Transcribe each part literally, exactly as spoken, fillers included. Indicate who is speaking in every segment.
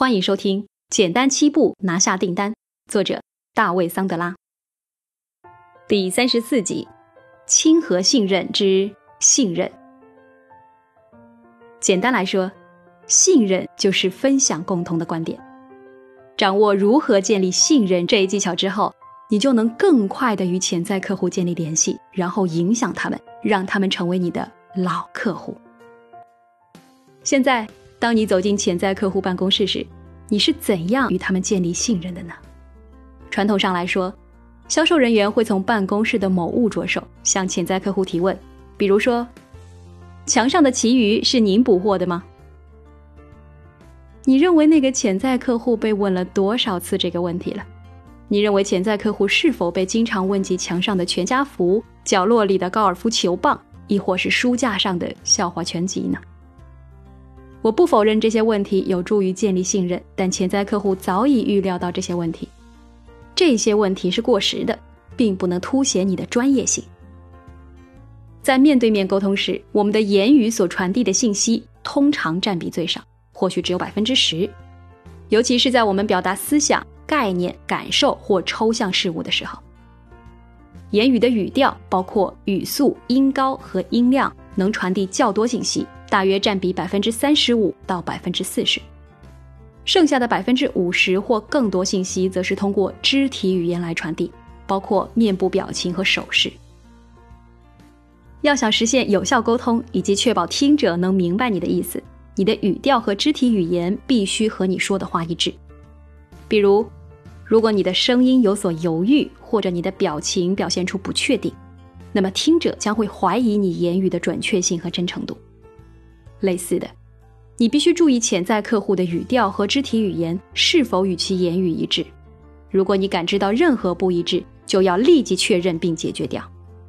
Speaker 1: 欢迎收听简单七步拿下订单，作者大卫桑德拉。第三十四集，亲和信任之信任。简单来说，信任就是分享共同的观点。掌握如何建立信任这一技巧之后，你就能更快地与潜在客户建立联系，然后影响他们，让他们成为你的老客户。现在当你走进潜在客户办公室时，你是怎样与他们建立信任的呢？传统上来说，销售人员会从办公室的某物着手，向潜在客户提问，比如说，墙上的旗鱼是您捕获的吗？你认为那个潜在客户被问了多少次这个问题了？你认为潜在客户是否被经常问及墙上的全家福、角落里的高尔夫球棒，亦或是书架上的笑话全集呢？我不否认这些问题有助于建立信任，但潜在客户早已预料到这些问题。这些问题是过时的，并不能凸显你的专业性。在面对面沟通时，我们的言语所传递的信息通常占比最少，或许只有 百分之十， 尤其是在我们表达思想、概念、感受或抽象事物的时候。言语的语调包括语速、音高和音量，能传递较多信息，大约占比 百分之三十五 到 百分之四十， 剩下的 百分之五十 或更多信息则是通过肢体语言来传递，包括面部表情和手势。要想实现有效沟通，以及确保听者能明白你的意思，你的语调和肢体语言必须和你说的话一致。比如，如果你的声音有所犹豫，或者你的表情表现出不确定，那么听者将会怀疑你言语的准确性和真诚度。类似的，你必须注意潜在客户的语调和肢体语言是否与其言语一致。如果你感知到任何不一致，就要立即确认并解决掉。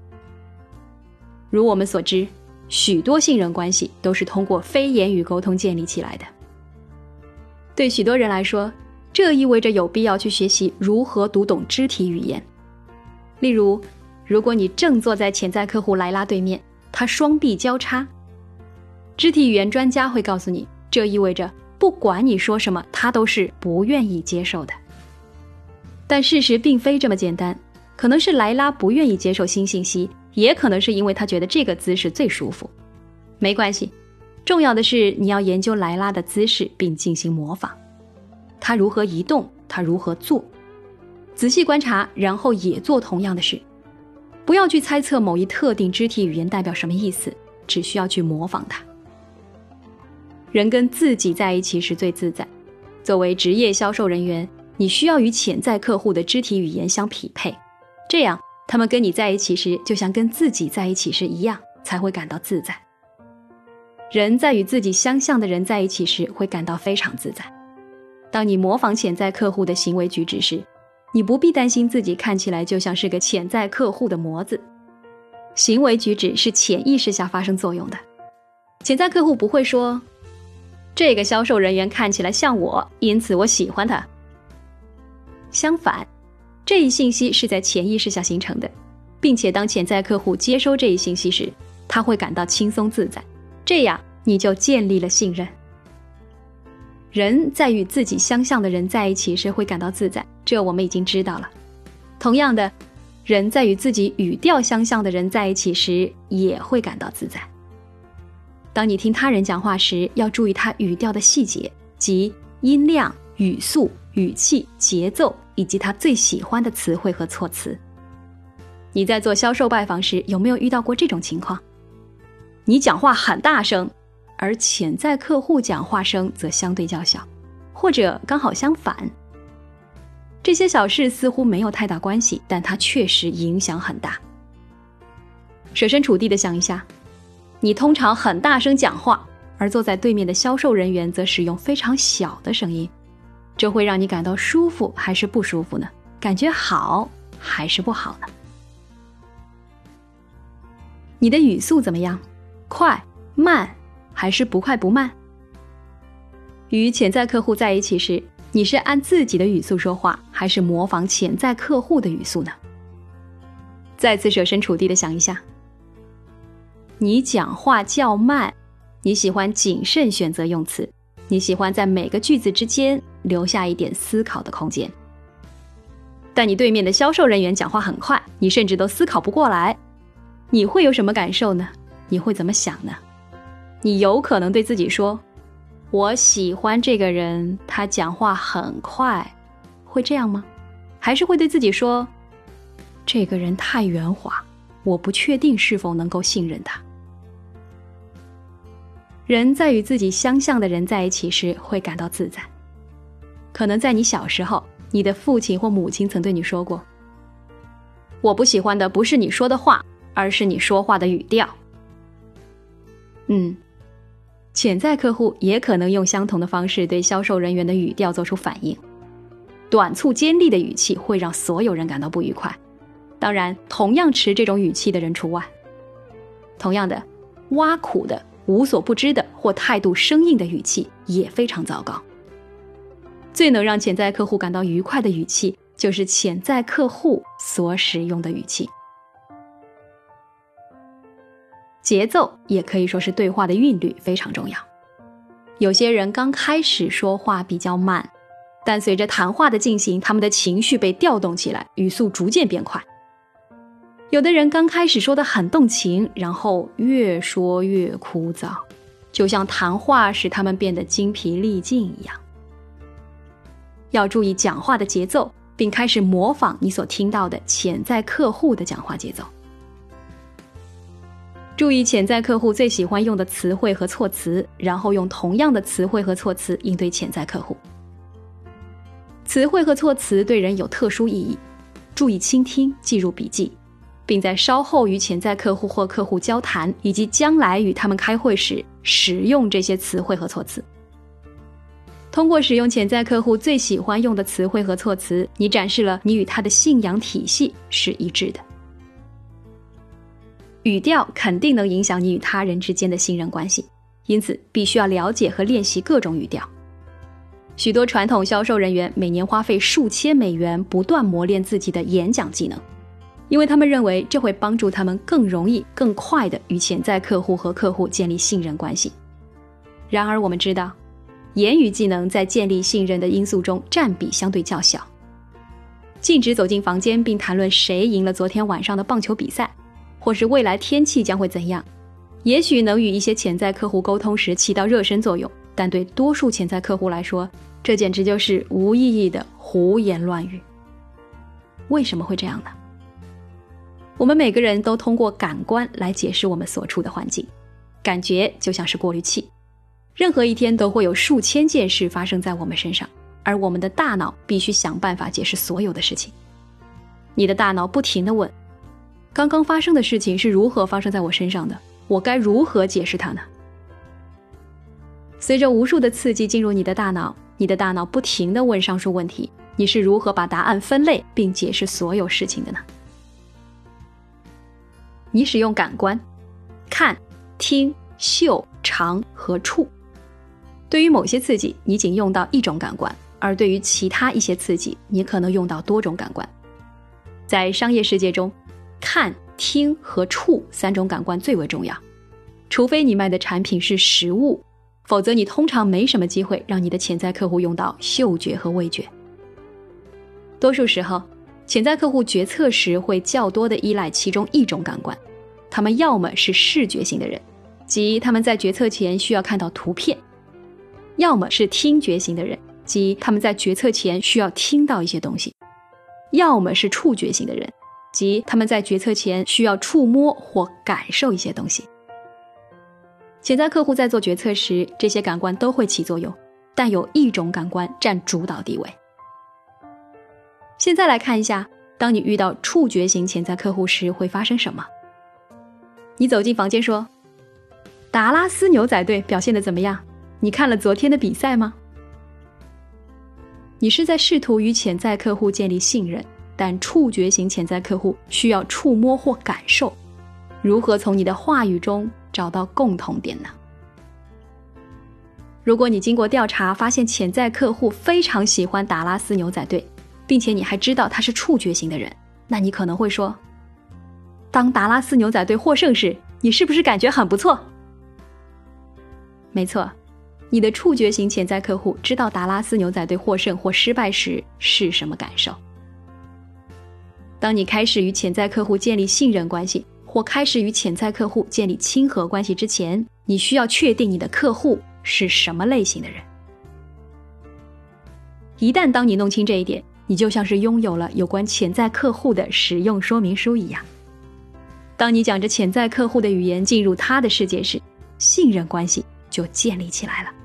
Speaker 1: 如我们所知，许多信任关系都是通过非言语沟通建立起来的。对许多人来说，这意味着有必要去学习如何读懂肢体语言。例如，如果你正坐在潜在客户莱拉对面，他双臂交叉，肢体语言专家会告诉你，这意味着不管你说什么，他都是不愿意接受的。但事实并非这么简单，可能是莱拉不愿意接受新信息，也可能是因为他觉得这个姿势最舒服。没关系，重要的是你要研究莱拉的姿势并进行模仿，他如何移动，他如何做，仔细观察，然后也做同样的事。不要去猜测某一特定肢体语言代表什么意思，只需要去模仿它。人跟自己在一起是最自在。作为职业销售人员，你需要与潜在客户的肢体语言相匹配，这样他们跟你在一起时就像跟自己在一起时一样，才会感到自在。人在与自己相像的人在一起时会感到非常自在。当你模仿潜在客户的行为举止时，你不必担心自己看起来就像是个潜在客户的模子。行为举止是潜意识下发生作用的。潜在客户不会说，这个销售人员看起来像我，因此我喜欢他。相反，这一信息是在潜意识下形成的，并且当潜在客户接收这一信息时，他会感到轻松自在，这样你就建立了信任。人在与自己相像的人在一起时会感到自在，这我们已经知道了。同样的，人在与自己语调相像的人在一起时也会感到自在。当你听他人讲话时，要注意他语调的细节，即音量、语速、语气、节奏，以及他最喜欢的词汇和措辞。你在做销售拜访时，有没有遇到过这种情况？你讲话很大声，而潜在客户讲话声则相对较小，或者刚好相反。这些小事似乎没有太大关系，但它确实影响很大。设身处地地想一下，你通常很大声讲话，而坐在对面的销售人员则使用非常小的声音，这会让你感到舒服还是不舒服呢？感觉好还是不好呢？你的语速怎么样？快、慢还是不快不慢？与潜在客户在一起时，你是按自己的语速说话，还是模仿潜在客户的语速呢？再次设身处地地想一下，你讲话较慢，你喜欢谨慎选择用词， 你喜欢在每个句子之间留下一点思考的空间。但你对面的销售人员讲话很快，你甚至都思考不过来，你会有什么感受呢？你会怎么想呢？你有可能对自己说，我喜欢这个人，他讲话很快，会这样吗？还是会对自己说，这个人太圆滑，我不确定是否能够信任他。人在与自己相像的人在一起时会感到自在。可能在你小时候，你的父亲或母亲曾对你说过，我不喜欢的不是你说的话，而是你说话的语调。嗯，潜在客户也可能用相同的方式对销售人员的语调做出反应。短促尖利的语气会让所有人感到不愉快，当然同样持这种语气的人除外。同样的，挖苦的、无所不知的或态度生硬的语气也非常糟糕。最能让潜在客户感到愉快的语气，就是潜在客户所使用的语气。节奏也可以说是对话的韵律非常重要。有些人刚开始说话比较慢，但随着谈话的进行，他们的情绪被调动起来，语速逐渐变快。有的人刚开始说得很动情，然后越说越枯燥，就像谈话使他们变得精疲力尽一样。要注意讲话的节奏，并开始模仿你所听到的潜在客户的讲话节奏。注意潜在客户最喜欢用的词汇和措辞，然后用同样的词汇和措辞应对潜在客户。词汇和措辞对人有特殊意义，注意倾听，记入笔记，并在稍后与潜在客户或客户交谈，以及将来与他们开会时使用这些词汇和措辞。通过使用潜在客户最喜欢用的词汇和措辞，你展示了你与他的信仰体系是一致的。语调肯定能影响你与他人之间的信任关系，因此必须要了解和练习各种语调。许多传统销售人员每年花费数千美元不断磨练自己的演讲技能，因为他们认为这会帮助他们更容易、更快地与潜在客户和客户建立信任关系。然而我们知道，言语技能在建立信任的因素中占比相对较小。禁止走进房间并谈论谁赢了昨天晚上的棒球比赛，或是未来天气将会怎样，也许能与一些潜在客户沟通时起到热身作用，但对多数潜在客户来说，这简直就是无意义的胡言乱语。为什么会这样呢？我们每个人都通过感官来解释我们所处的环境，感觉就像是过滤器，任何一天都会有数千件事发生在我们身上，而我们的大脑必须想办法解释所有的事情。你的大脑不停地问，刚刚发生的事情是如何发生在我身上的？我该如何解释它呢？随着无数的刺激进入你的大脑，你的大脑不停地问上述问题，你是如何把答案分类并解释所有事情的呢？你使用感官，看、听、嗅、尝和触。对于某些刺激，你仅用到一种感官，而对于其他一些刺激，你可能用到多种感官。在商业世界中，看、听和触三种感官最为重要，除非你卖的产品是食物，否则你通常没什么机会让你的潜在客户用到嗅觉和味觉。多数时候，潜在客户决策时会较多地依赖其中一种感官，他们要么是视觉型的人，即他们在决策前需要看到图片，要么是听觉型的人，即他们在决策前需要听到一些东西，要么是触觉型的人，即他们在决策前需要触摸或感受一些东西。潜在客户在做决策时，这些感官都会起作用，但有一种感官占主导地位。现在来看一下，当你遇到触觉型潜在客户时会发生什么。你走进房间说，达拉斯牛仔队表现得怎么样？你看了昨天的比赛吗？你是在试图与潜在客户建立信任，但触觉型潜在客户需要触摸或感受。如何从你的话语中找到共同点呢？如果你经过调查发现潜在客户非常喜欢达拉斯牛仔队，并且你还知道他是触觉型的人，那你可能会说，当达拉斯牛仔队获胜时，你是不是感觉很不错？没错， 你的触觉型潜在客户知道达拉斯牛仔队获胜或失败时是什么感受。当你开始与潜在客户建立信任关系，或开始与潜在客户建立亲和关系之前，你需要确定你的客户是什么类型的人。一旦当你弄清这一点，你就像是拥有了有关潜在客户的使用说明书一样。当你讲着潜在客户的语言进入他的世界时，信任关系就建立起来了。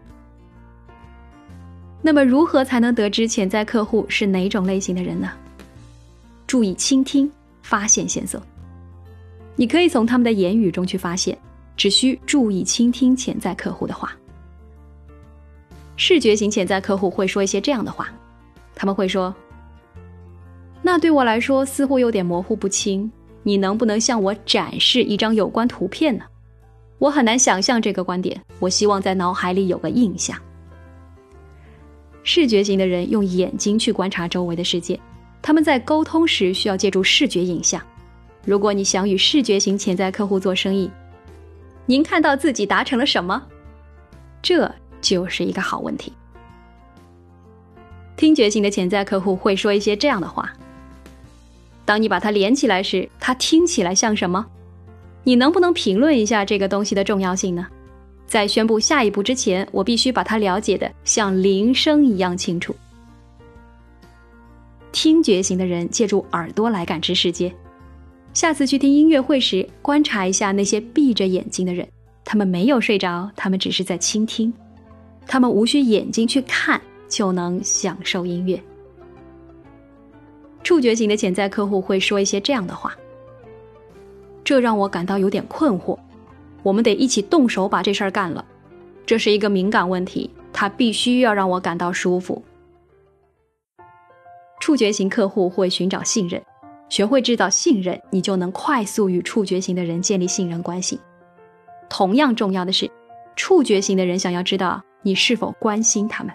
Speaker 1: 那么如何才能得知潜在客户是哪种类型的人呢？注意倾听，发现线索。你可以从他们的言语中去发现，只需注意倾听潜在客户的话。视觉型潜在客户会说一些这样的话，他们会说，那对我来说似乎有点模糊不清，你能不能向我展示一张有关图片呢？我很难想象这个观点，我希望在脑海里有个印象。视觉型的人用眼睛去观察周围的世界，他们在沟通时需要借助视觉影像。如果你想与视觉型潜在客户做生意，您看到自己达成了什么？这就是一个好问题。听觉型的潜在客户会说一些这样的话，当你把它连起来时，它听起来像什么？你能不能评论一下这个东西的重要性呢？在宣布下一步之前，我必须把它了解的像铃声一样清楚。听觉型的人借助耳朵来感知世界。下次去听音乐会时，观察一下那些闭着眼睛的人，他们没有睡着，他们只是在倾听。他们无需眼睛去看，就能享受音乐。触觉型的潜在客户会说一些这样的话，这让我感到有点困惑，我们得一起动手把这事儿干了。这是一个敏感问题，它必须要让我感到舒服。触觉型客户会寻找信任，学会制造信任，你就能快速与触觉型的人建立信任关系。同样重要的是，触觉型的人想要知道你是否关心他们。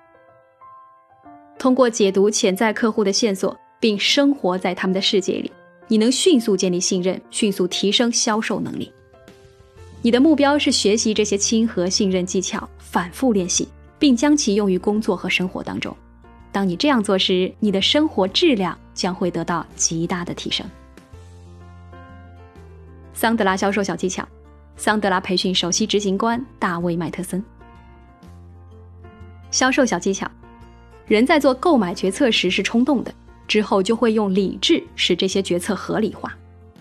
Speaker 1: 通过解读潜在客户的线索，并生活在他们的世界里，你能迅速建立信任，迅速提升销售能力。你的目标是学习这些亲和信任技巧，反复练习，并将其用于工作和生活当中。当你这样做时，你的生活质量将会得到极大的提升。桑德拉销售小技巧，桑德拉培训首席执行官大卫·麦特森。销售小技巧，人在做购买决策时是冲动的，之后就会用理智使这些决策合理化。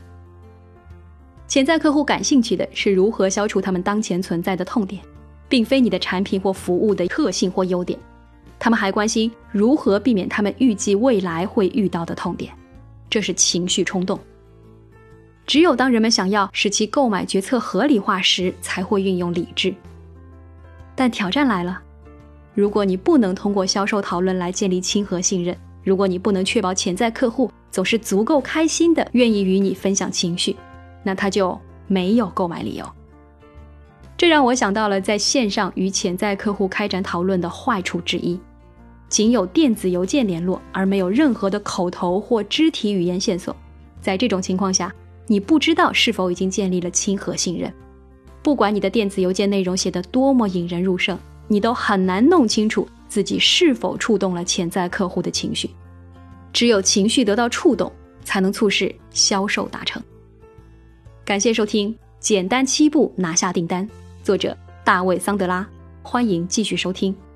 Speaker 1: 潜在客户感兴趣的是如何消除他们当前存在的痛点，并非你的产品或服务的特性或优点。他们还关心如何避免他们预计未来会遇到的痛点，这是情绪冲动。只有当人们想要使其购买决策合理化时，才会运用理智。但挑战来了，如果你不能通过销售讨论来建立亲和信任，如果你不能确保潜在客户总是足够开心的愿意与你分享情绪，那他就没有购买理由。这让我想到了在线上与潜在客户开展讨论的坏处之一，仅有电子邮件联络，而没有任何的口头或肢体语言线索。在这种情况下，你不知道是否已经建立了亲和信任。不管你的电子邮件内容写得多么引人入胜，你都很难弄清楚自己是否触动了潜在客户的情绪。只有情绪得到触动，才能促使销售达成。感谢收听，简单七步拿下订单，作者大卫·桑德拉，欢迎继续收听。